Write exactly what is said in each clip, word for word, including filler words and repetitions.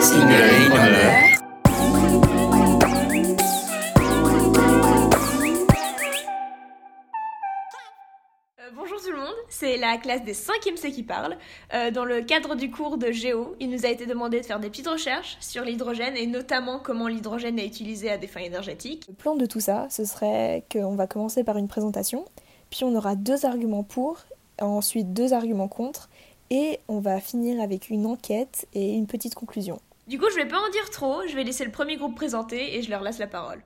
Signaling on air. Bonjour tout le monde, c'est la classe des cinquième C qui parle. Euh, dans le cadre du cours de Géo, il nous a été demandé de faire des petites recherches sur l'hydrogène et notamment comment l'hydrogène est utilisé à des fins énergétiques. Le plan de tout ça, ce serait qu'on va commencer par une présentation, puis on aura deux arguments pour, ensuite deux arguments contre, et on va finir avec une enquête et une petite conclusion. Du coup, je vais pas en dire trop, je vais laisser le premier groupe présenter et je leur laisse la parole.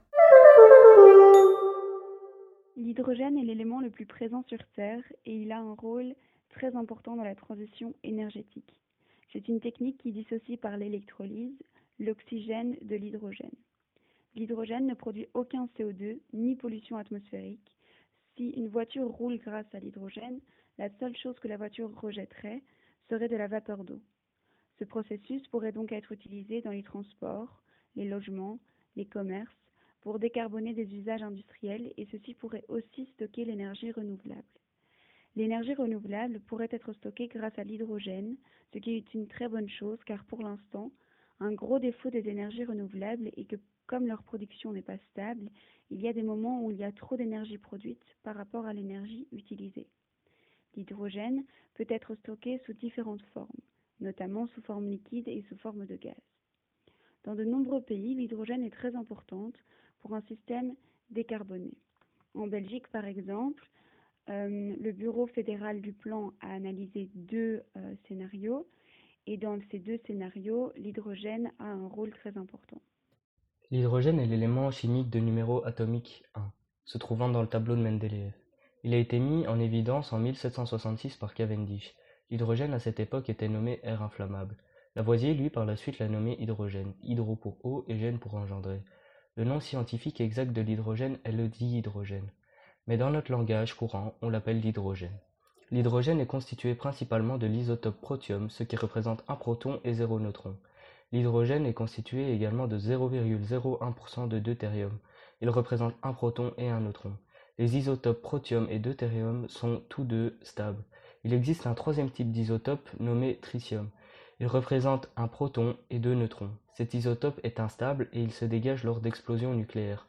L'hydrogène est l'élément le plus présent sur Terre et il a un rôle très important dans la transition énergétique. C'est une technique qui dissocie par l'électrolyse l'oxygène de l'hydrogène. L'hydrogène ne produit aucun C O deux ni pollution atmosphérique. Si une voiture roule grâce à l'hydrogène, la seule chose que la voiture rejetterait serait de la vapeur d'eau. Ce processus pourrait donc être utilisé dans les transports, les logements, les commerces, pour décarboner des usages industriels et ceci pourrait aussi stocker l'énergie renouvelable. L'énergie renouvelable pourrait être stockée grâce à l'hydrogène, ce qui est une très bonne chose car pour l'instant, un gros défaut des énergies renouvelables est que comme leur production n'est pas stable, il y a des moments où il y a trop d'énergie produite par rapport à l'énergie utilisée. L'hydrogène peut être stocké sous différentes formes, notamment sous forme liquide et sous forme de gaz. Dans de nombreux pays, l'hydrogène est très importante pour un système décarboné. En Belgique, par exemple, euh, le Bureau fédéral du plan a analysé deux euh, scénarios et dans ces deux scénarios, l'hydrogène a un rôle très important. L'hydrogène est l'élément chimique de numéro atomique un, se trouvant dans le tableau de Mendeleïev. Il a été mis en évidence en mille sept cent soixante-six par Cavendish. L'hydrogène à cette époque était nommé air inflammable. Lavoisier, lui, par la suite l'a nommé hydrogène, hydro pour eau et gène pour engendrer. Le nom scientifique exact de l'hydrogène est le dihydrogène, mais dans notre langage courant, on l'appelle l'hydrogène. L'hydrogène est constitué principalement de l'isotope protium, ce qui représente un proton et zéro neutron. L'hydrogène est constitué également de zéro virgule zéro un pour cent de deutérium. Il représente un proton et un neutron. Les isotopes protium et deutérium sont tous deux stables. Il existe un troisième type d'isotope nommé tritium. Il représente un proton et deux neutrons. Cet isotope est instable et il se dégage lors d'explosions nucléaires.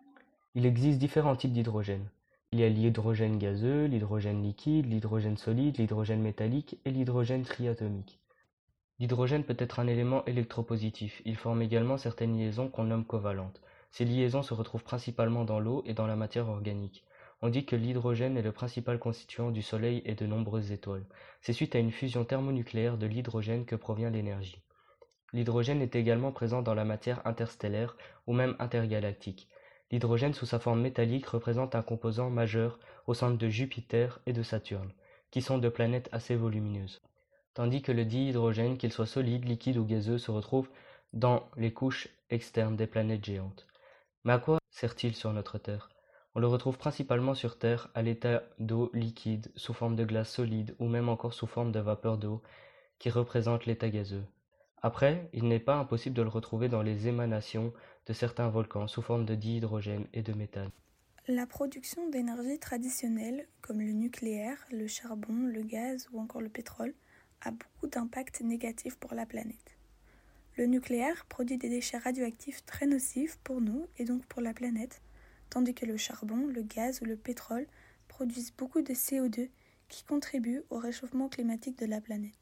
Il existe différents types d'hydrogène. Il y a l'hydrogène gazeux, l'hydrogène liquide, l'hydrogène solide, l'hydrogène métallique et l'hydrogène triatomique. L'hydrogène peut être un élément électropositif. Il forme également certaines liaisons qu'on nomme covalentes. Ces liaisons se retrouvent principalement dans l'eau et dans la matière organique. On dit que l'hydrogène est le principal constituant du Soleil et de nombreuses étoiles. C'est suite à une fusion thermonucléaire de l'hydrogène que provient l'énergie. L'hydrogène est également présent dans la matière interstellaire ou même intergalactique. L'hydrogène sous sa forme métallique représente un composant majeur au centre de Jupiter et de Saturne, qui sont deux planètes assez volumineuses. Tandis que le dihydrogène, qu'il soit solide, liquide ou gazeux, se retrouve dans les couches externes des planètes géantes. Mais à quoi sert-il sur notre Terre ? On le retrouve principalement sur Terre à l'état d'eau liquide, sous forme de glace solide ou même encore sous forme de vapeur d'eau, qui représente l'état gazeux. Après, il n'est pas impossible de le retrouver dans les émanations de certains volcans sous forme de dihydrogène et de méthane. La production d'énergie traditionnelle, comme le nucléaire, le charbon, le gaz ou encore le pétrole, a beaucoup d'impacts négatifs pour la planète. Le nucléaire produit des déchets radioactifs très nocifs pour nous et donc pour la planète, tandis que le charbon, le gaz ou le pétrole produisent beaucoup de C O deux qui contribuent au réchauffement climatique de la planète.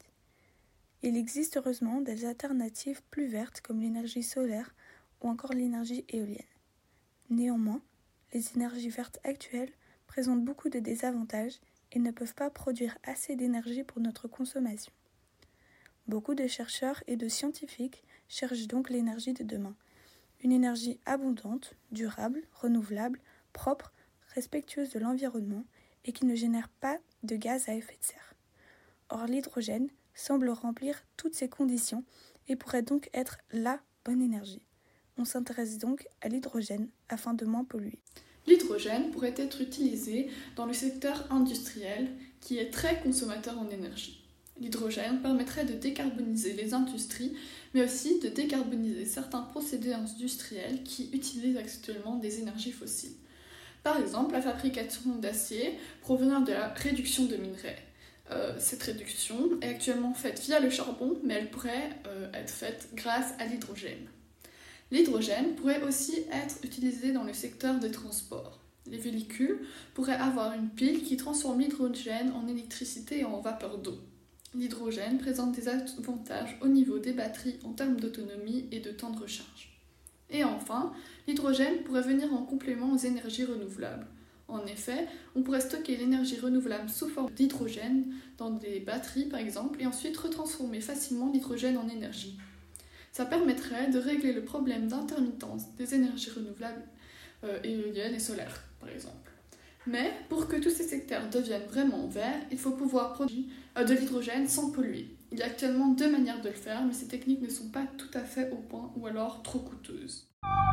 Il existe heureusement des alternatives plus vertes comme l'énergie solaire ou encore l'énergie éolienne. Néanmoins, les énergies vertes actuelles présentent beaucoup de désavantages et ne peuvent pas produire assez d'énergie pour notre consommation. Beaucoup de chercheurs et de scientifiques cherchent donc l'énergie de demain. Une énergie abondante, durable, renouvelable, propre, respectueuse de l'environnement et qui ne génère pas de gaz à effet de serre. Or, l'hydrogène semble remplir toutes ces conditions et pourrait donc être la bonne énergie. On s'intéresse donc à l'hydrogène afin de moins polluer. L'hydrogène pourrait être utilisé dans le secteur industriel qui est très consommateur en énergie. L'hydrogène permettrait de décarboniser les industries, mais aussi de décarboniser certains procédés industriels qui utilisent actuellement des énergies fossiles. Par exemple, la fabrication d'acier provenant de la réduction de minerais. Euh, cette réduction est actuellement faite via le charbon, mais elle pourrait euh, être faite grâce à l'hydrogène. L'hydrogène pourrait aussi être utilisé dans le secteur des transports. Les véhicules pourraient avoir une pile qui transforme l'hydrogène en électricité et en vapeur d'eau. L'hydrogène présente des avantages au niveau des batteries en termes d'autonomie et de temps de recharge. Et enfin, l'hydrogène pourrait venir en complément aux énergies renouvelables. En effet, on pourrait stocker l'énergie renouvelable sous forme d'hydrogène dans des batteries par exemple et ensuite retransformer facilement l'hydrogène en énergie. Ça permettrait de régler le problème d'intermittence des énergies renouvelables euh, éoliennes et solaires par exemple. Mais pour que tous ces secteurs deviennent vraiment verts, il faut pouvoir produire euh, de l'hydrogène sans polluer. Il y a actuellement deux manières de le faire, mais ces techniques ne sont pas tout à fait au point ou alors trop coûteuses.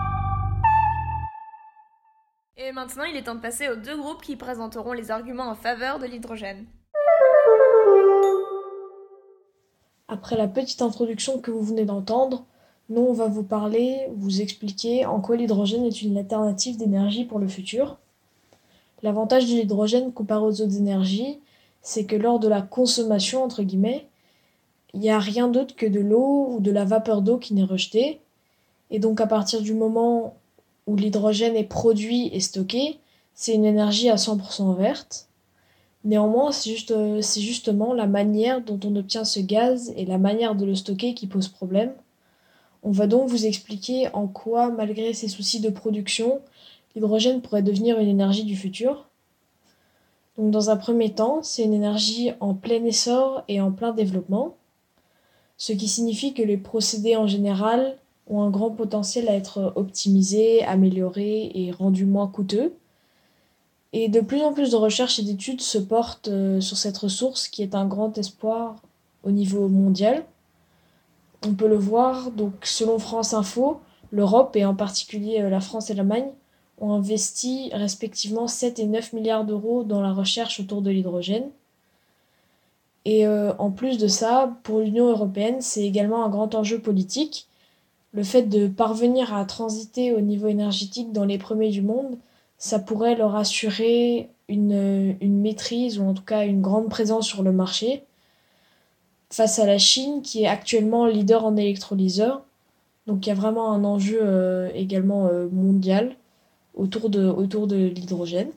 Et maintenant, il est temps de passer aux deux groupes qui présenteront les arguments en faveur de l'hydrogène. Après la petite introduction que vous venez d'entendre, nous on va vous parler, vous expliquer en quoi l'hydrogène est une alternative d'énergie pour le futur. L'avantage de l'hydrogène comparé aux autres énergies, c'est que lors de la consommation, entre guillemets, il n'y a rien d'autre que de l'eau ou de la vapeur d'eau qui n'est rejetée. Et donc à partir du moment où l'hydrogène est produit et stocké, c'est une énergie à cent pour cent verte. Néanmoins, c'est, juste, c'est justement la manière dont on obtient ce gaz et la manière de le stocker qui pose problème. On va donc vous expliquer en quoi, malgré ces soucis de production, l'hydrogène pourrait devenir une énergie du futur. Donc dans un premier temps, c'est une énergie en plein essor et en plein développement, ce qui signifie que les procédés en général ont un grand potentiel à être optimisés, améliorés et rendus moins coûteux. Et de plus en plus de recherches et d'études se portent euh, sur cette ressource qui est un grand espoir au niveau mondial. On peut le voir, donc selon France Info, l'Europe et en particulier euh, la France et l'Allemagne ont investi respectivement sept et neuf milliards d'euros dans la recherche autour de l'hydrogène. Et euh, en plus de ça, pour l'Union européenne, c'est également un grand enjeu politique. Le fait de parvenir à transiter au niveau énergétique dans les premiers du monde, ça pourrait leur assurer une, une maîtrise ou en tout cas une grande présence sur le marché face à la Chine qui est actuellement leader en électrolyseurs. Donc il y a vraiment un enjeu euh, également euh, mondial autour de, autour de l'hydrogène.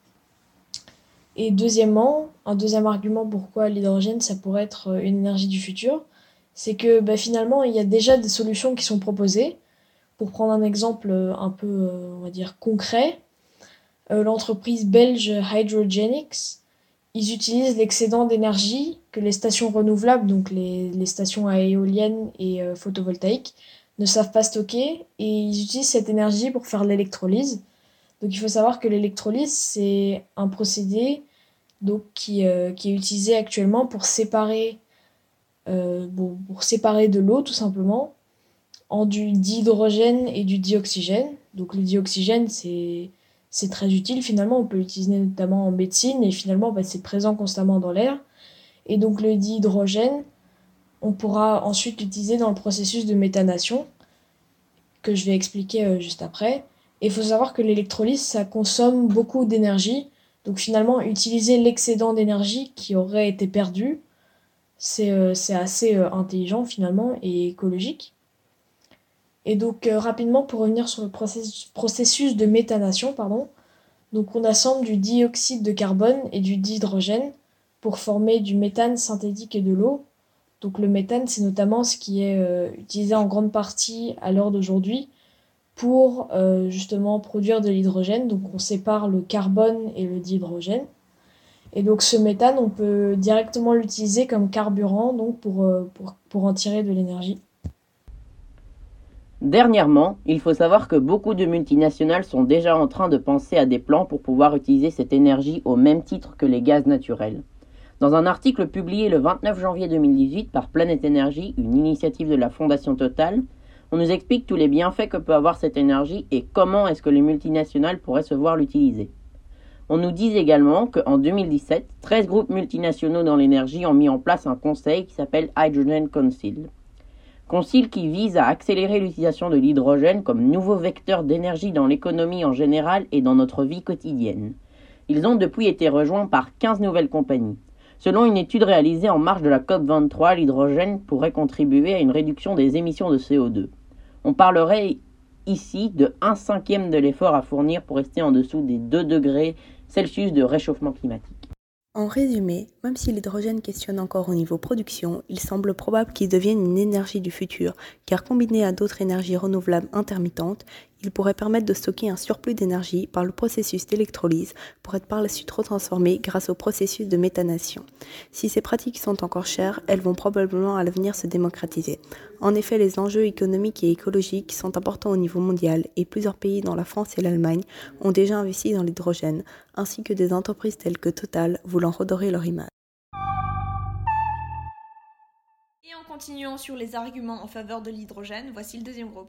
Et deuxièmement, un deuxième argument pourquoi l'hydrogène ça pourrait être une énergie du futur, c'est que bah, finalement il y a déjà des solutions qui sont proposées. Pour prendre un exemple un peu euh, on va dire concret, euh, l'entreprise belge Hydrogenics, ils utilisent l'excédent d'énergie que les stations renouvelables, donc les, les stations à éoliennes et euh, photovoltaïques, ne savent pas stocker, et ils utilisent cette énergie pour faire l'électrolyse. Donc il faut savoir que l'électrolyse, c'est un procédé donc, qui, euh, qui est utilisé actuellement pour séparer, euh, bon, pour séparer de l'eau tout simplement en du dihydrogène et du dioxygène. Donc le dioxygène, c'est, c'est très utile finalement, on peut l'utiliser notamment en médecine et finalement bah, c'est présent constamment dans l'air. Et donc le dihydrogène, on pourra ensuite l'utiliser dans le processus de méthanation que je vais expliquer euh, juste après. Et il faut savoir que l'électrolyse, ça consomme beaucoup d'énergie. Donc finalement, utiliser l'excédent d'énergie qui aurait été perdu, c'est, euh, c'est assez euh, intelligent finalement et écologique. Et donc euh, rapidement, pour revenir sur le processus, processus de méthanation, pardon, donc on assemble du dioxyde de carbone et du dihydrogène pour former du méthane synthétique et de l'eau. Donc le méthane, c'est notamment ce qui est euh, utilisé en grande partie à l'heure d'aujourd'hui pour euh, justement produire de l'hydrogène. Donc on sépare le carbone et le dihydrogène. Et donc ce méthane, on peut directement l'utiliser comme carburant donc pour, euh, pour, pour en tirer de l'énergie. Dernièrement, il faut savoir que beaucoup de multinationales sont déjà en train de penser à des plans pour pouvoir utiliser cette énergie au même titre que les gaz naturels. Dans un article publié le vingt-neuf janvier deux mille dix-huit par Planète Énergie, une initiative de la Fondation Total, on nous explique tous les bienfaits que peut avoir cette énergie et comment est-ce que les multinationales pourraient se voir l'utiliser. On nous dit également qu'en deux mille dix-sept, treize groupes multinationaux dans l'énergie ont mis en place un conseil qui s'appelle Hydrogen Council. Concile qui vise à accélérer l'utilisation de l'hydrogène comme nouveau vecteur d'énergie dans l'économie en général et dans notre vie quotidienne. Ils ont depuis été rejoints par quinze nouvelles compagnies. Selon une étude réalisée en marge de la COP vingt-trois, l'hydrogène pourrait contribuer à une réduction des émissions de C O deux. On parlerait ici de un cinquième de l'effort à fournir pour rester en dessous des deux degrés Celsius de réchauffement climatique. En résumé, même si l'hydrogène questionne encore au niveau production, il semble probable qu'il devienne une énergie du futur, car combiné à d'autres énergies renouvelables intermittentes, il pourrait permettre de stocker un surplus d'énergie par le processus d'électrolyse pour être par la suite retransformé grâce au processus de méthanation. Si ces pratiques sont encore chères, elles vont probablement à l'avenir se démocratiser. En effet, les enjeux économiques et écologiques sont importants au niveau mondial et plusieurs pays dont la France et l'Allemagne ont déjà investi dans l'hydrogène, ainsi que des entreprises telles que Total voulant redorer leur image. Et en continuant sur les arguments en faveur de l'hydrogène, voici le deuxième groupe.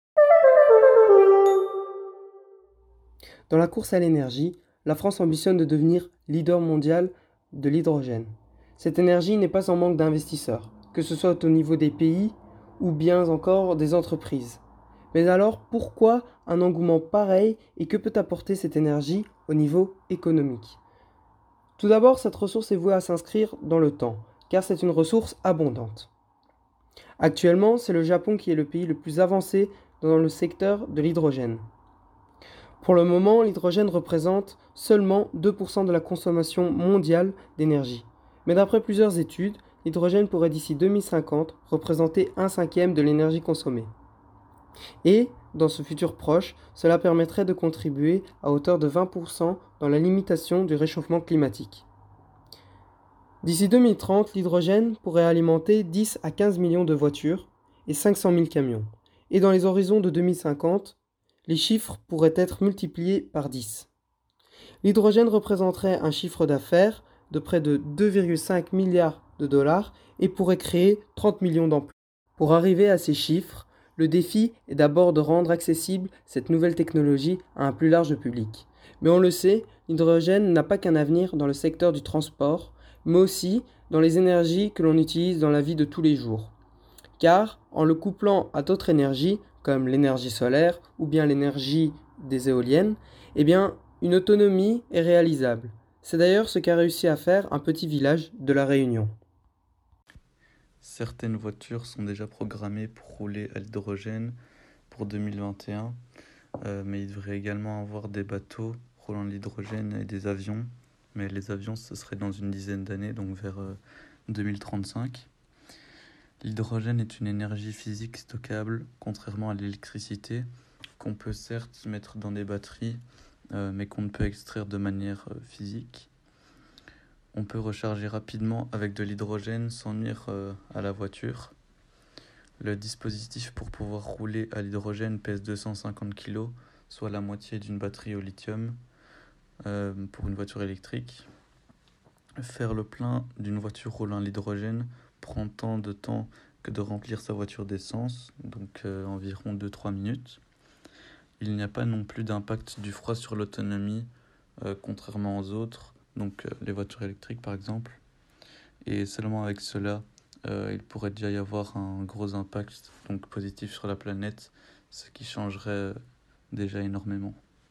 Dans la course à l'énergie, la France ambitionne de devenir leader mondial de l'hydrogène. Cette énergie n'est pas en manque d'investisseurs, que ce soit au niveau des pays ou bien encore des entreprises. Mais alors, pourquoi un engouement pareil et que peut apporter cette énergie au niveau économique ? Tout d'abord, cette ressource est vouée à s'inscrire dans le temps, car c'est une ressource abondante. Actuellement, c'est le Japon qui est le pays le plus avancé dans le secteur de l'hydrogène. Pour le moment, l'hydrogène représente seulement deux pour cent de la consommation mondiale d'énergie. Mais d'après plusieurs études, l'hydrogène pourrait d'ici deux mille cinquante représenter un cinquième de l'énergie consommée. Et, dans ce futur proche, cela permettrait de contribuer à hauteur de vingt pour cent dans la limitation du réchauffement climatique. D'ici deux mille trente, l'hydrogène pourrait alimenter dix à quinze millions de voitures et cinq cent mille camions. Et dans les horizons de deux mille cinquante, les chiffres pourraient être multipliés par dix. L'hydrogène représenterait un chiffre d'affaires de près de deux virgule cinq milliards de dollars et pourrait créer trente millions d'emplois. Pour arriver à ces chiffres, le défi est d'abord de rendre accessible cette nouvelle technologie à un plus large public. Mais on le sait, l'hydrogène n'a pas qu'un avenir dans le secteur du transport, mais aussi dans les énergies que l'on utilise dans la vie de tous les jours. Car, en le couplant à d'autres énergies, comme l'énergie solaire ou bien l'énergie des éoliennes, eh bien, une autonomie est réalisable. C'est d'ailleurs ce qu'a réussi à faire un petit village de La Réunion. Certaines voitures sont déjà programmées pour rouler à l'hydrogène pour deux mille vingt et un, euh, mais il devrait également avoir des bateaux roulant à l'hydrogène et des avions. Mais les avions, ce serait dans une dizaine d'années, donc vers euh, deux mille trente-cinq. L'hydrogène est une énergie physique stockable, contrairement à l'électricité, qu'on peut certes mettre dans des batteries, euh, mais qu'on ne peut extraire de manière euh, physique. On peut recharger rapidement avec de l'hydrogène sans nuire euh, à la voiture. Le dispositif pour pouvoir rouler à l'hydrogène pèse deux cent cinquante kilos, soit la moitié d'une batterie au lithium euh, pour une voiture électrique. Faire le plein d'une voiture roulant à l'hydrogène prend tant de temps que de remplir sa voiture d'essence, donc euh, environ deux à trois minutes. Il n'y a pas non plus d'impact du froid sur l'autonomie, euh, contrairement aux autres, donc euh, les voitures électriques par exemple. Et seulement avec cela, euh, il pourrait déjà y avoir un gros impact donc positif sur la planète, ce qui changerait euh, déjà énormément.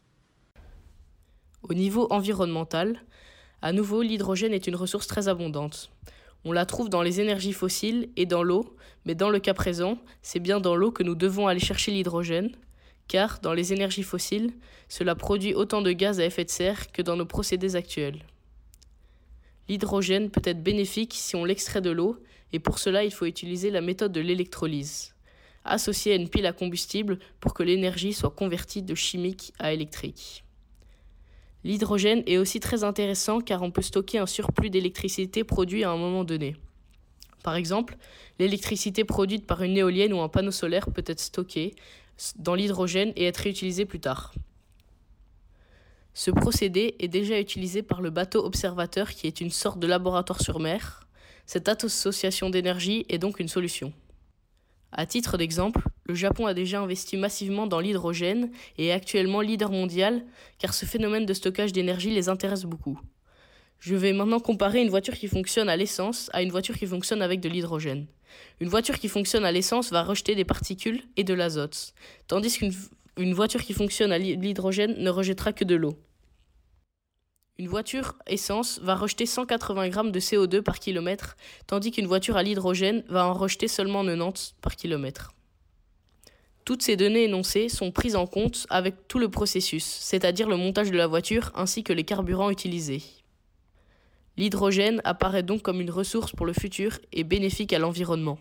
Au niveau environnemental, à nouveau, l'hydrogène est une ressource très abondante. On la trouve dans les énergies fossiles et dans l'eau, mais dans le cas présent, c'est bien dans l'eau que nous devons aller chercher l'hydrogène, car dans les énergies fossiles, cela produit autant de gaz à effet de serre que dans nos procédés actuels. L'hydrogène peut être bénéfique si on l'extrait de l'eau, et pour cela il faut utiliser la méthode de l'électrolyse, associée à une pile à combustible pour que l'énergie soit convertie de chimique à électrique. L'hydrogène est aussi très intéressant car on peut stocker un surplus d'électricité produit à un moment donné. Par exemple, l'électricité produite par une éolienne ou un panneau solaire peut être stockée dans l'hydrogène et être réutilisée plus tard. Ce procédé est déjà utilisé par le bateau observateur qui est une sorte de laboratoire sur mer. Cette association d'énergie est donc une solution. À titre d'exemple, le Japon a déjà investi massivement dans l'hydrogène et est actuellement leader mondial car ce phénomène de stockage d'énergie les intéresse beaucoup. Je vais maintenant comparer une voiture qui fonctionne à l'essence à une voiture qui fonctionne avec de l'hydrogène. Une voiture qui fonctionne à l'essence va rejeter des particules et de l'azote, tandis qu'une une voiture qui fonctionne à l'hydrogène ne rejettera que de l'eau. Une voiture essence va rejeter cent quatre-vingts grammes de C O deux par kilomètre, tandis qu'une voiture à l'hydrogène va en rejeter seulement quatre-vingt-dix par kilomètre. Toutes ces données énoncées sont prises en compte avec tout le processus, c'est-à-dire le montage de la voiture ainsi que les carburants utilisés. L'hydrogène apparaît donc comme une ressource pour le futur et bénéfique à l'environnement.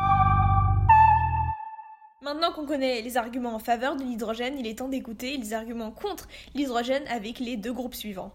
Maintenant qu'on connaît les arguments en faveur de l'hydrogène, il est temps d'écouter les arguments contre l'hydrogène avec les deux groupes suivants.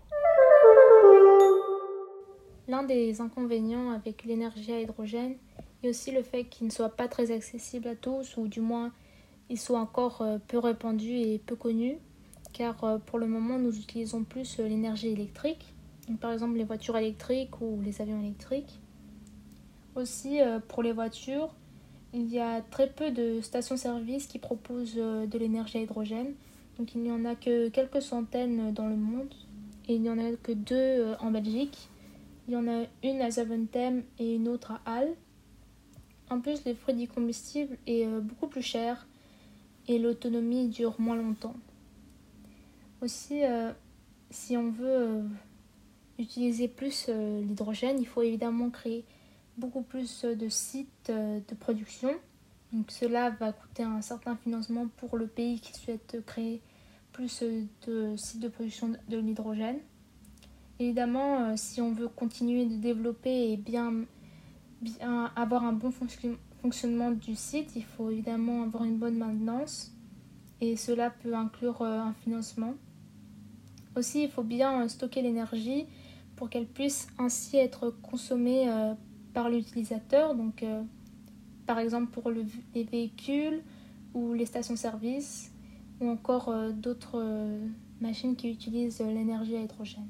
L'un des inconvénients avec l'énergie à hydrogène est aussi le fait qu'il ne soit pas très accessible à tous, ou du moins il soit encore peu répandu et peu connu, car pour le moment nous utilisons plus l'énergie électrique, donc par exemple les voitures électriques ou les avions électriques. Aussi pour les voitures, il y a très peu de stations-service qui proposent de l'énergie à hydrogène, donc il n'y en a que quelques centaines dans le monde et il n'y en a que deux en Belgique. Il y en a une à Zaventem et une autre à Halle. En plus, le prix du combustible est beaucoup plus cher et l'autonomie dure moins longtemps. Aussi, euh, si on veut euh, utiliser plus euh, l'hydrogène, il faut évidemment créer beaucoup plus de sites euh, de production. Donc cela va coûter un certain financement pour le pays qui souhaite créer plus de sites de production de l'hydrogène. Évidemment, euh, si on veut continuer de développer et bien, bien avoir un bon fonction, fonctionnement du site, il faut évidemment avoir une bonne maintenance et cela peut inclure euh, un financement. Aussi, il faut bien euh, stocker l'énergie pour qu'elle puisse ainsi être consommée euh, par l'utilisateur, donc euh, par exemple pour le, les véhicules ou les stations-service ou encore euh, d'autres euh, machines qui utilisent euh, l'énergie à hydrogène.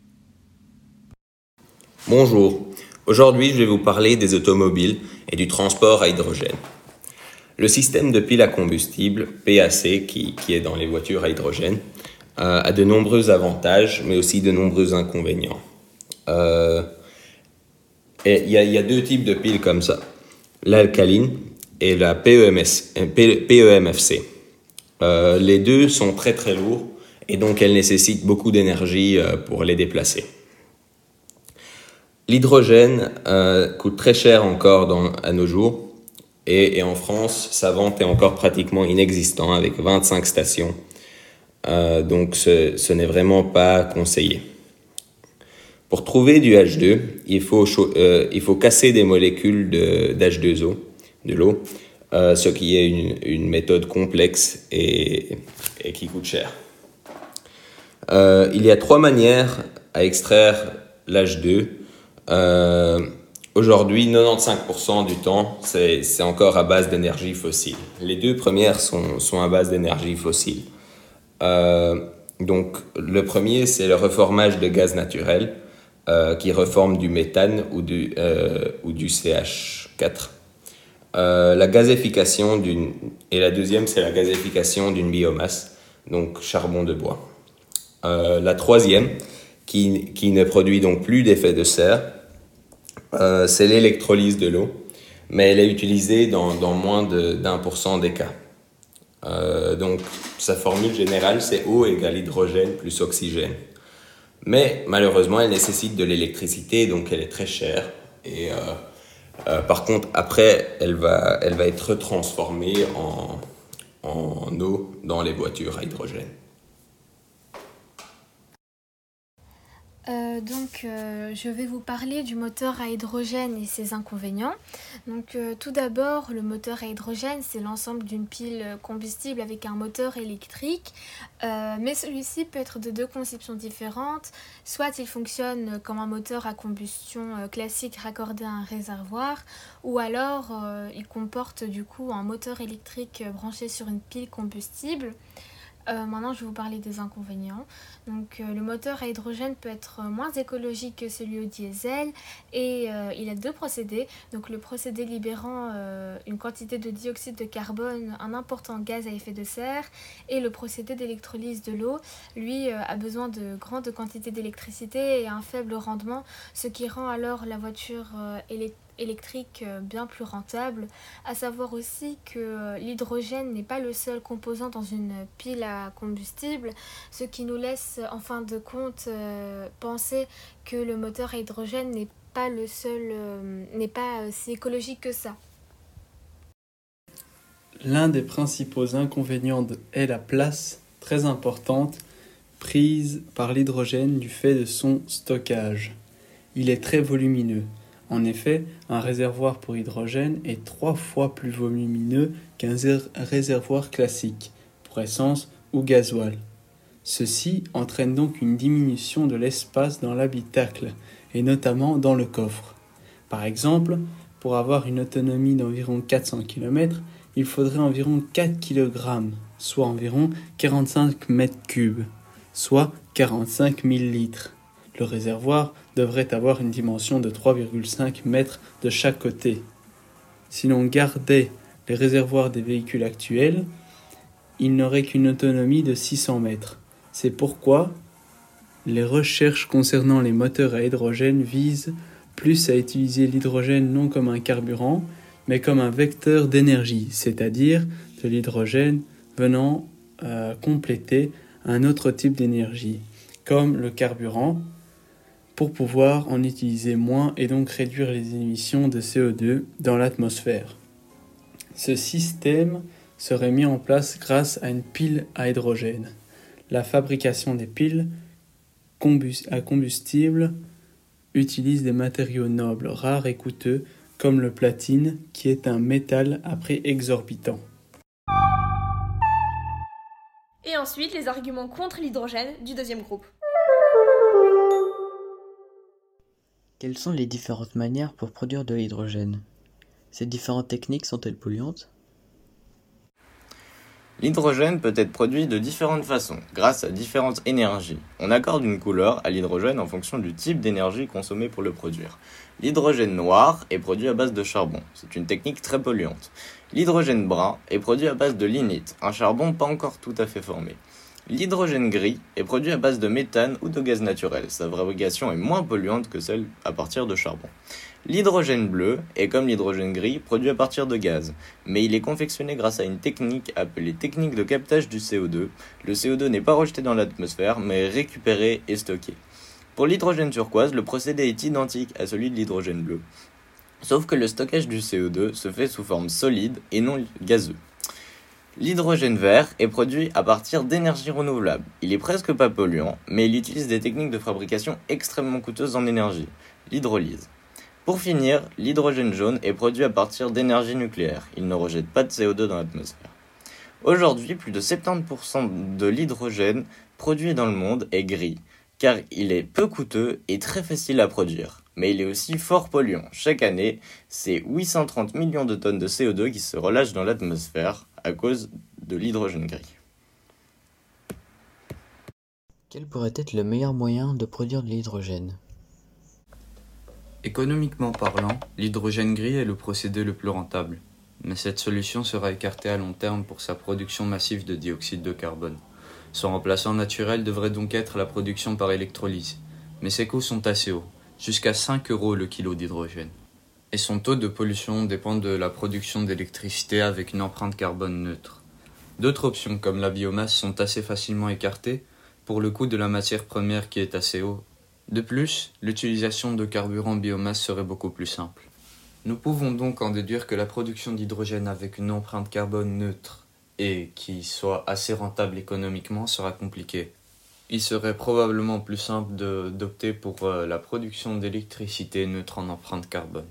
Bonjour, aujourd'hui je vais vous parler des automobiles et du transport à hydrogène. Le système de pile à combustible, P A C, qui, qui est dans les voitures à hydrogène, euh, a de nombreux avantages, mais aussi de nombreux inconvénients. Euh, et il y, y a deux types de piles comme ça, l'alcaline et la P E M S, P E M F C. Euh, les deux sont très très lourds et donc elles nécessitent beaucoup d'énergie euh, pour les déplacer. L'hydrogène euh, coûte très cher encore dans, à nos jours et, et en France, sa vente est encore pratiquement inexistante avec vingt-cinq stations. Euh, donc ce, ce n'est vraiment pas conseillé. Pour trouver du H deux, il faut, euh, il faut casser des molécules de, d'H deux O, de l'eau, euh, ce qui est une, une méthode complexe et, et qui coûte cher. Euh, il y a trois manières à extraire l'H deux. Euh, aujourd'hui, quatre-vingt-quinze pour cent du temps, c'est, c'est encore à base d'énergie fossile. Les deux premières sont, sont à base d'énergie fossile. Euh, donc, le premier, c'est le reformage de gaz naturel, euh, qui reforme du méthane ou du, euh, ou du C H quatre. Euh, la gazéfication d'une, et la deuxième, c'est la gazéfication d'une biomasse, donc charbon de bois. Euh, la troisième, qui, qui ne produit donc plus d'effet de serre, Euh, c'est l'électrolyse de l'eau, mais elle est utilisée dans, dans moins de, d'un pour cent des cas. Euh, donc, sa formule générale, c'est eau égale hydrogène plus oxygène. Mais malheureusement, elle nécessite de l'électricité, donc elle est très chère. Et euh, euh, par contre, après, elle va, elle va être transformée en, en eau dans les voitures à hydrogène. Euh, donc euh, je vais vous parler du moteur à hydrogène et ses inconvénients. Donc euh, tout d'abord, le moteur à hydrogène, c'est l'ensemble d'une pile combustible avec un moteur électrique, euh, mais celui-ci peut être de deux conceptions différentes. Soit il fonctionne comme un moteur à combustion euh, classique raccordé à un réservoir, ou alors euh, il comporte du coup un moteur électrique branché sur une pile combustible. Euh, maintenant, je vais vous parler des inconvénients. Donc, euh, le moteur à hydrogène peut être moins écologique que celui au diesel et euh, il a deux procédés. Donc, le procédé libérant euh, une quantité de dioxyde de carbone, un important gaz à effet de serre, et le procédé d'électrolyse de l'eau, lui, euh, a besoin de grandes quantités d'électricité et un faible rendement, ce qui rend alors la voiture euh, électrique électrique bien plus rentable. À savoir aussi que l'hydrogène n'est pas le seul composant dans une pile à combustible, ce qui nous laisse en fin de compte euh, penser que le moteur à hydrogène n'est pas le seul, euh, n'est pas si écologique que ça. L'un des principaux inconvénients est la place très importante prise par l'hydrogène du fait de son stockage. Il est très volumineux. En effet, un réservoir pour hydrogène est trois fois plus volumineux qu'un réservoir classique, pour essence ou gasoil. Ceci entraîne donc une diminution de l'espace dans l'habitacle, et notamment dans le coffre. Par exemple, pour avoir une autonomie d'environ quatre cents kilomètres, il faudrait environ quatre kilogrammes, soit environ quarante-cinq mètres cubes, soit quarante-cinq mille litres. Le réservoir devrait avoir une dimension de trois virgule cinq mètres de chaque côté. Si l'on gardait les réservoirs des véhicules actuels, il n'aurait qu'une autonomie de six cents mètres. C'est pourquoi les recherches concernant les moteurs à hydrogène visent plus à utiliser l'hydrogène non comme un carburant, mais comme un vecteur d'énergie, c'est-à-dire de l'hydrogène venant euh, compléter un autre type d'énergie, comme le carburant, pour pouvoir en utiliser moins et donc réduire les émissions de C O deux dans l'atmosphère. Ce système serait mis en place grâce à une pile à hydrogène. La fabrication des piles à combustible utilise des matériaux nobles, rares et coûteux, comme le platine, qui est un métal à prix exorbitant. Et ensuite, les arguments contre l'hydrogène du deuxième groupe. Quelles sont les différentes manières pour produire de l'hydrogène ? Ces différentes techniques sont-elles polluantes ? L'hydrogène peut être produit de différentes façons, grâce à différentes énergies. On accorde une couleur à l'hydrogène en fonction du type d'énergie consommée pour le produire. L'hydrogène noir est produit à base de charbon, c'est une technique très polluante. L'hydrogène brun est produit à base de lignite, un charbon pas encore tout à fait formé. L'hydrogène gris est produit à base de méthane ou de gaz naturel, sa fabrication est moins polluante que celle à partir de charbon. L'hydrogène bleu est comme l'hydrogène gris produit à partir de gaz, mais il est confectionné grâce à une technique appelée technique de captage du C O deux. Le C O deux n'est pas rejeté dans l'atmosphère, mais récupéré et stocké. Pour l'hydrogène turquoise, le procédé est identique à celui de l'hydrogène bleu, sauf que le stockage du C O deux se fait sous forme solide et non gazeux. L'hydrogène vert est produit à partir d'énergie renouvelable. Il est presque pas polluant, mais il utilise des techniques de fabrication extrêmement coûteuses en énergie, l'hydrolyse. Pour finir, l'hydrogène jaune est produit à partir d'énergie nucléaire. Il ne rejette pas de C O deux dans l'atmosphère. Aujourd'hui, plus de soixante-dix pour cent de l'hydrogène produit dans le monde est gris, car il est peu coûteux et très facile à produire. Mais il est aussi fort polluant. Chaque année, c'est huit cent trente millions de tonnes de C O deux qui se relâchent dans l'atmosphère à cause de l'hydrogène gris. Quel pourrait être le meilleur moyen de produire de l'hydrogène ? Économiquement parlant, l'hydrogène gris est le procédé le plus rentable, mais cette solution sera écartée à long terme pour sa production massive de dioxyde de carbone. Son remplaçant naturel devrait donc être la production par électrolyse, mais ses coûts sont assez hauts, jusqu'à cinq euros le kilo d'hydrogène. Et son taux de pollution dépend de la production d'électricité avec une empreinte carbone neutre. D'autres options comme la biomasse sont assez facilement écartées pour le coût de la matière première qui est assez haut. De plus, l'utilisation de carburant biomasse serait beaucoup plus simple. Nous pouvons donc en déduire que la production d'hydrogène avec une empreinte carbone neutre et qui soit assez rentable économiquement sera compliquée. Il serait probablement plus simple de, d'opter pour euh, la production d'électricité neutre en empreinte carbone.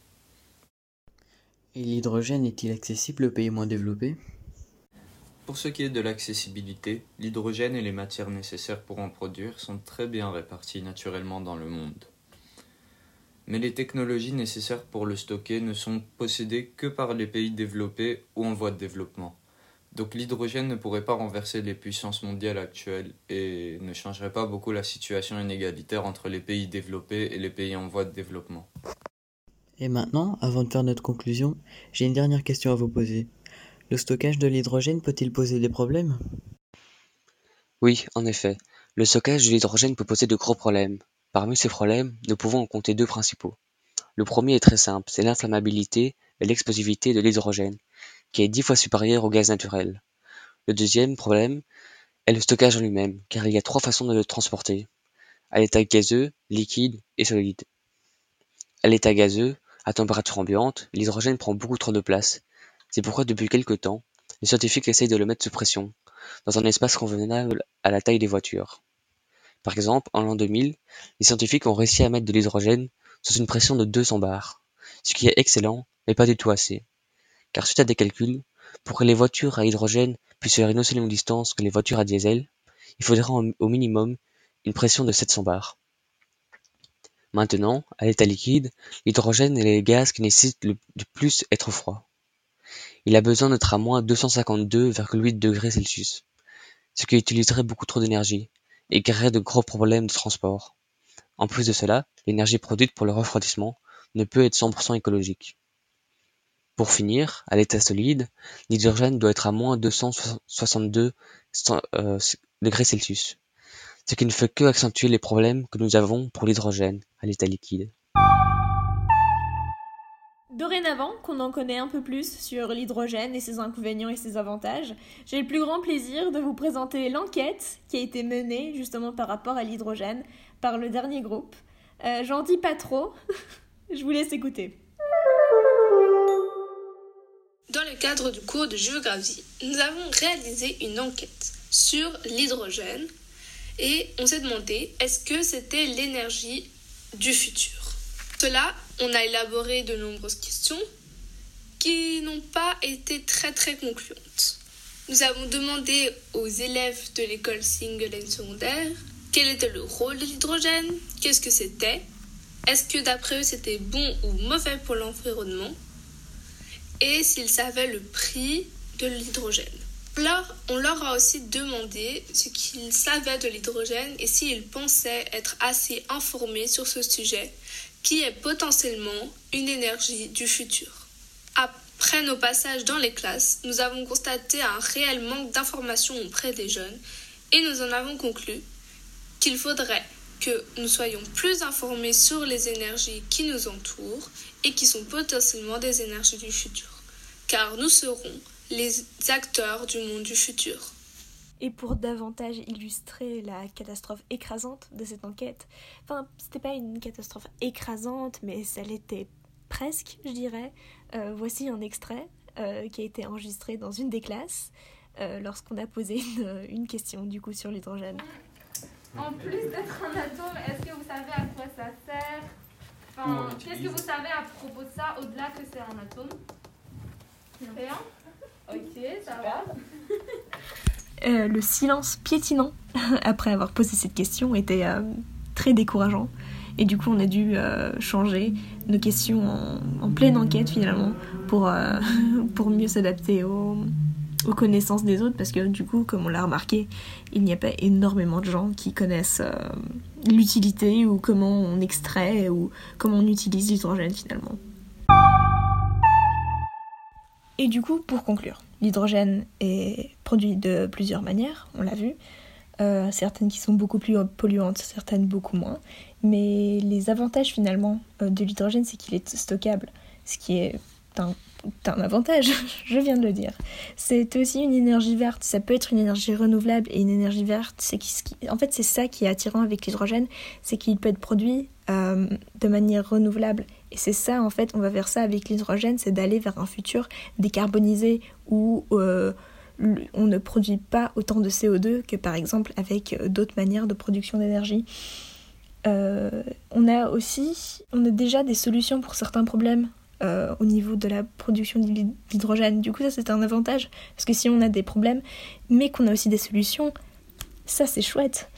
Et l'hydrogène est-il accessible aux pays moins développés ? Pour ce qui est de l'accessibilité, l'hydrogène et les matières nécessaires pour en produire sont très bien réparties naturellement dans le monde. Mais les technologies nécessaires pour le stocker ne sont possédées que par les pays développés ou en voie de développement. Donc l'hydrogène ne pourrait pas renverser les puissances mondiales actuelles et ne changerait pas beaucoup la situation inégalitaire entre les pays développés et les pays en voie de développement. Et maintenant, avant de faire notre conclusion, j'ai une dernière question à vous poser. Le stockage de l'hydrogène peut-il poser des problèmes ? Oui, en effet. Le stockage de l'hydrogène peut poser de gros problèmes. Parmi ces problèmes, nous pouvons en compter deux principaux. Le premier est très simple, c'est l'inflammabilité et l'explosivité de l'hydrogène, qui est dix fois supérieure au gaz naturel. Le deuxième problème est le stockage en lui-même, car il y a trois façons de le transporter, à l'état gazeux, liquide et solide. À l'état gazeux, à température ambiante, l'hydrogène prend beaucoup trop de place. C'est pourquoi depuis quelque temps, les scientifiques essayent de le mettre sous pression, dans un espace convenable à la taille des voitures. Par exemple, en l'an deux mille, les scientifiques ont réussi à mettre de l'hydrogène sous une pression de deux cents bars, ce qui est excellent, mais pas du tout assez. Car suite à des calculs, pour que les voitures à hydrogène puissent faire une aussi longue distance que les voitures à diesel, il faudra au minimum une pression de sept cents bars. Maintenant, à l'état liquide, l'hydrogène est le gaz qui nécessite le plus être froid. Il a besoin d'être à moins deux cent cinquante-deux virgule huit degrés Celsius, ce qui utiliserait beaucoup trop d'énergie et créerait de gros problèmes de transport. En plus de cela, l'énergie produite pour le refroidissement ne peut être cent pour cent écologique. Pour finir, à l'état solide, l'hydrogène doit être à moins deux cent soixante-deux degrés Celsius, ce qui ne fait que accentuer les problèmes que nous avons pour l'hydrogène à l'état liquide. Dorénavant qu'on en connaît un peu plus sur l'hydrogène et ses inconvénients et ses avantages, j'ai le plus grand plaisir de vous présenter l'enquête qui a été menée justement par rapport à l'hydrogène par le dernier groupe. Euh, j'en dis pas trop, je vous laisse écouter. Dans le cadre du cours de géographie, nous avons réalisé une enquête sur l'hydrogène et on s'est demandé est-ce que c'était l'énergie du futur. Cela, on a élaboré de nombreuses questions qui n'ont pas été très très concluantes. Nous avons demandé aux élèves de l'école Singelen secondaire quel était le rôle de l'hydrogène, qu'est-ce que c'était, est-ce que d'après eux c'était bon ou mauvais pour l'environnement, et s'ils savaient le prix de l'hydrogène. Alors, on leur a aussi demandé ce qu'ils savaient de l'hydrogène et s'ils pensaient être assez informés sur ce sujet, qui est potentiellement une énergie du futur. Après nos passages dans les classes, nous avons constaté un réel manque d'informations auprès des jeunes et nous en avons conclu qu'il faudrait que nous soyons plus informés sur les énergies qui nous entourent et qui sont potentiellement des énergies du futur, car nous serons les acteurs du monde du futur. Et pour davantage illustrer la catastrophe écrasante de cette enquête, enfin, c'était pas une catastrophe écrasante, mais ça l'était presque, je dirais. Euh, voici un extrait euh, qui a été enregistré dans une des classes euh, lorsqu'on a posé une, une question du coup sur l'hydrogène. En plus d'être un atome, est-ce que vous savez à quoi ça sert? Enfin, qu'est-ce que vous savez à propos de ça, au-delà que c'est un atome? Rien? Ok, ça va. Euh, le silence piétinant après avoir posé cette question était euh, très décourageant. Et du coup, on a dû euh, changer nos questions en, en pleine enquête finalement pour, euh, pour mieux s'adapter aux, aux connaissances des autres. Parce que du coup, comme on l'a remarqué, il n'y a pas énormément de gens qui connaissent euh, l'utilité ou comment on extrait ou comment on utilise l'hydrogène finalement. Et du coup, pour conclure, l'hydrogène est produit de plusieurs manières, on l'a vu. Euh, certaines qui sont beaucoup plus polluantes, certaines beaucoup moins. Mais les avantages finalement euh, de l'hydrogène, c'est qu'il est stockable, ce qui est un, un avantage, je viens de le dire. C'est aussi une énergie verte, ça peut être une énergie renouvelable et une énergie verte. C'est qui, en fait, c'est ça qui est attirant avec l'hydrogène, c'est qu'il peut être produit euh, de manière renouvelable. Et c'est ça, en fait, on va vers ça avec l'hydrogène, c'est d'aller vers un futur décarbonisé où euh, on ne produit pas autant de C O deux que par exemple avec d'autres manières de production d'énergie. Euh, on a aussi, on a déjà des solutions pour certains problèmes euh, au niveau de la production d'hydrogène. Du coup, ça c'est un avantage, parce que si on a des problèmes, mais qu'on a aussi des solutions, ça c'est chouette.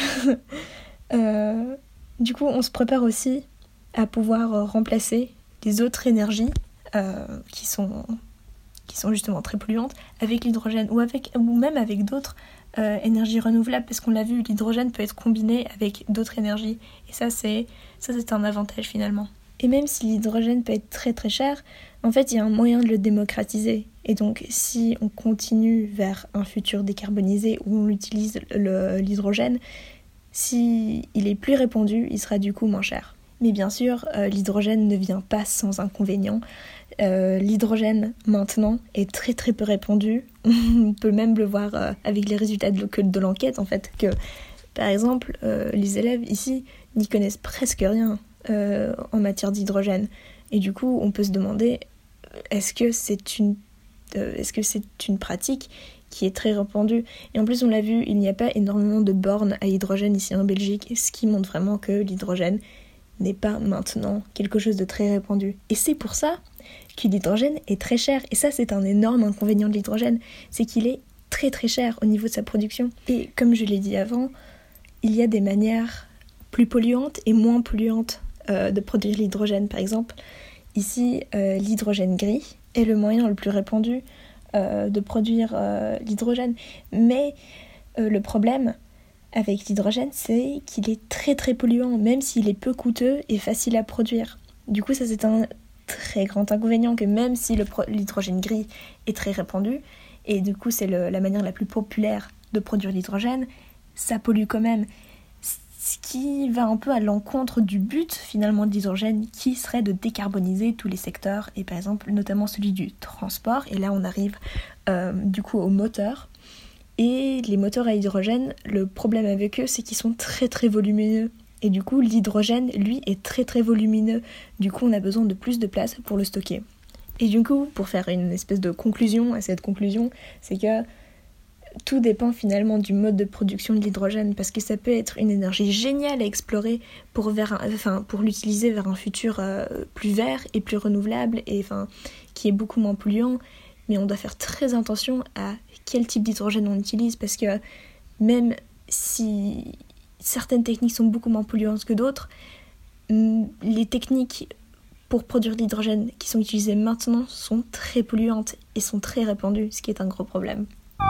euh, du coup, on se prépare aussi à pouvoir remplacer les autres énergies euh, qui sont qui sont justement très polluantes avec l'hydrogène ou avec ou même avec d'autres euh, énergies renouvelables, parce qu'on l'a vu, l'hydrogène peut être combiné avec d'autres énergies et ça c'est ça c'est un avantage finalement. Et même si l'hydrogène peut être très très cher, en fait il y a un moyen de le démocratiser, et donc si on continue vers un futur décarbonisé où on utilise le, l'hydrogène, si il est plus répandu, il sera du coup moins cher. Mais bien sûr, euh, l'hydrogène ne vient pas sans inconvénients. Euh, l'hydrogène, maintenant, est très très peu répandu. On peut même le voir euh, avec les résultats de, de l'enquête, en fait, que, par exemple, euh, les élèves ici n'y connaissent presque rien euh, en matière d'hydrogène. Et du coup, on peut se demander, est-ce que c'est une, euh, est-ce que c'est une pratique qui est très répandue? Et en plus, on l'a vu, il n'y a pas énormément de bornes à hydrogène ici en Belgique, ce qui montre vraiment que l'hydrogène n'est pas maintenant quelque chose de très répandu. Et c'est pour ça que l'hydrogène est très cher. Et ça, c'est un énorme inconvénient de l'hydrogène, c'est qu'il est très très cher au niveau de sa production. Et comme je l'ai dit avant, il y a des manières plus polluantes et moins polluantes euh, de produire l'hydrogène. Par exemple, ici, euh, l'hydrogène gris est le moyen le plus répandu euh, de produire euh, l'hydrogène. Mais euh, le problème avec l'hydrogène, c'est qu'il est très très polluant, même s'il est peu coûteux et facile à produire. Du coup, ça c'est un très grand inconvénient, que même si le pro- l'hydrogène gris est très répandu, et du coup c'est le, la manière la plus populaire de produire l'hydrogène, ça pollue quand même. Ce qui va un peu à l'encontre du but finalement de l'hydrogène, qui serait de décarboniser tous les secteurs, et par exemple notamment celui du transport. Et là on arrive euh, du coup aux moteurs. Et les moteurs à hydrogène, le problème avec eux, c'est qu'ils sont très très volumineux. Et du coup, l'hydrogène, lui, est très très volumineux. Du coup, on a besoin de plus de place pour le stocker. Et du coup, pour faire une espèce de conclusion à cette conclusion, c'est que tout dépend finalement du mode de production de l'hydrogène, parce que ça peut être une énergie géniale à explorer pour, vers un, enfin, pour l'utiliser vers un futur euh, plus vert et plus renouvelable, et enfin, qui est beaucoup moins polluant. Mais on doit faire très attention à quel type d'hydrogène on utilise, parce que même si certaines techniques sont beaucoup moins polluantes que d'autres, les techniques pour produire de l'hydrogène qui sont utilisées maintenant sont très polluantes et sont très répandues, ce qui est un gros problème.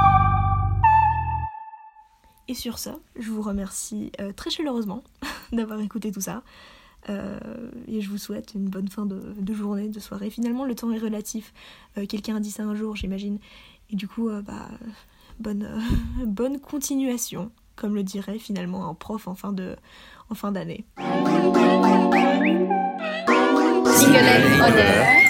Et sur ça, je vous remercie euh, très chaleureusement d'avoir écouté tout ça. Euh, et je vous souhaite une bonne fin de, de journée, de soirée. Finalement, le temps est relatif. Euh, quelqu'un a dit ça un jour, j'imagine. Et du coup, euh, bah, bonne, euh, bonne continuation, comme le dirait finalement un prof en fin, de, en fin d'année. Honneur.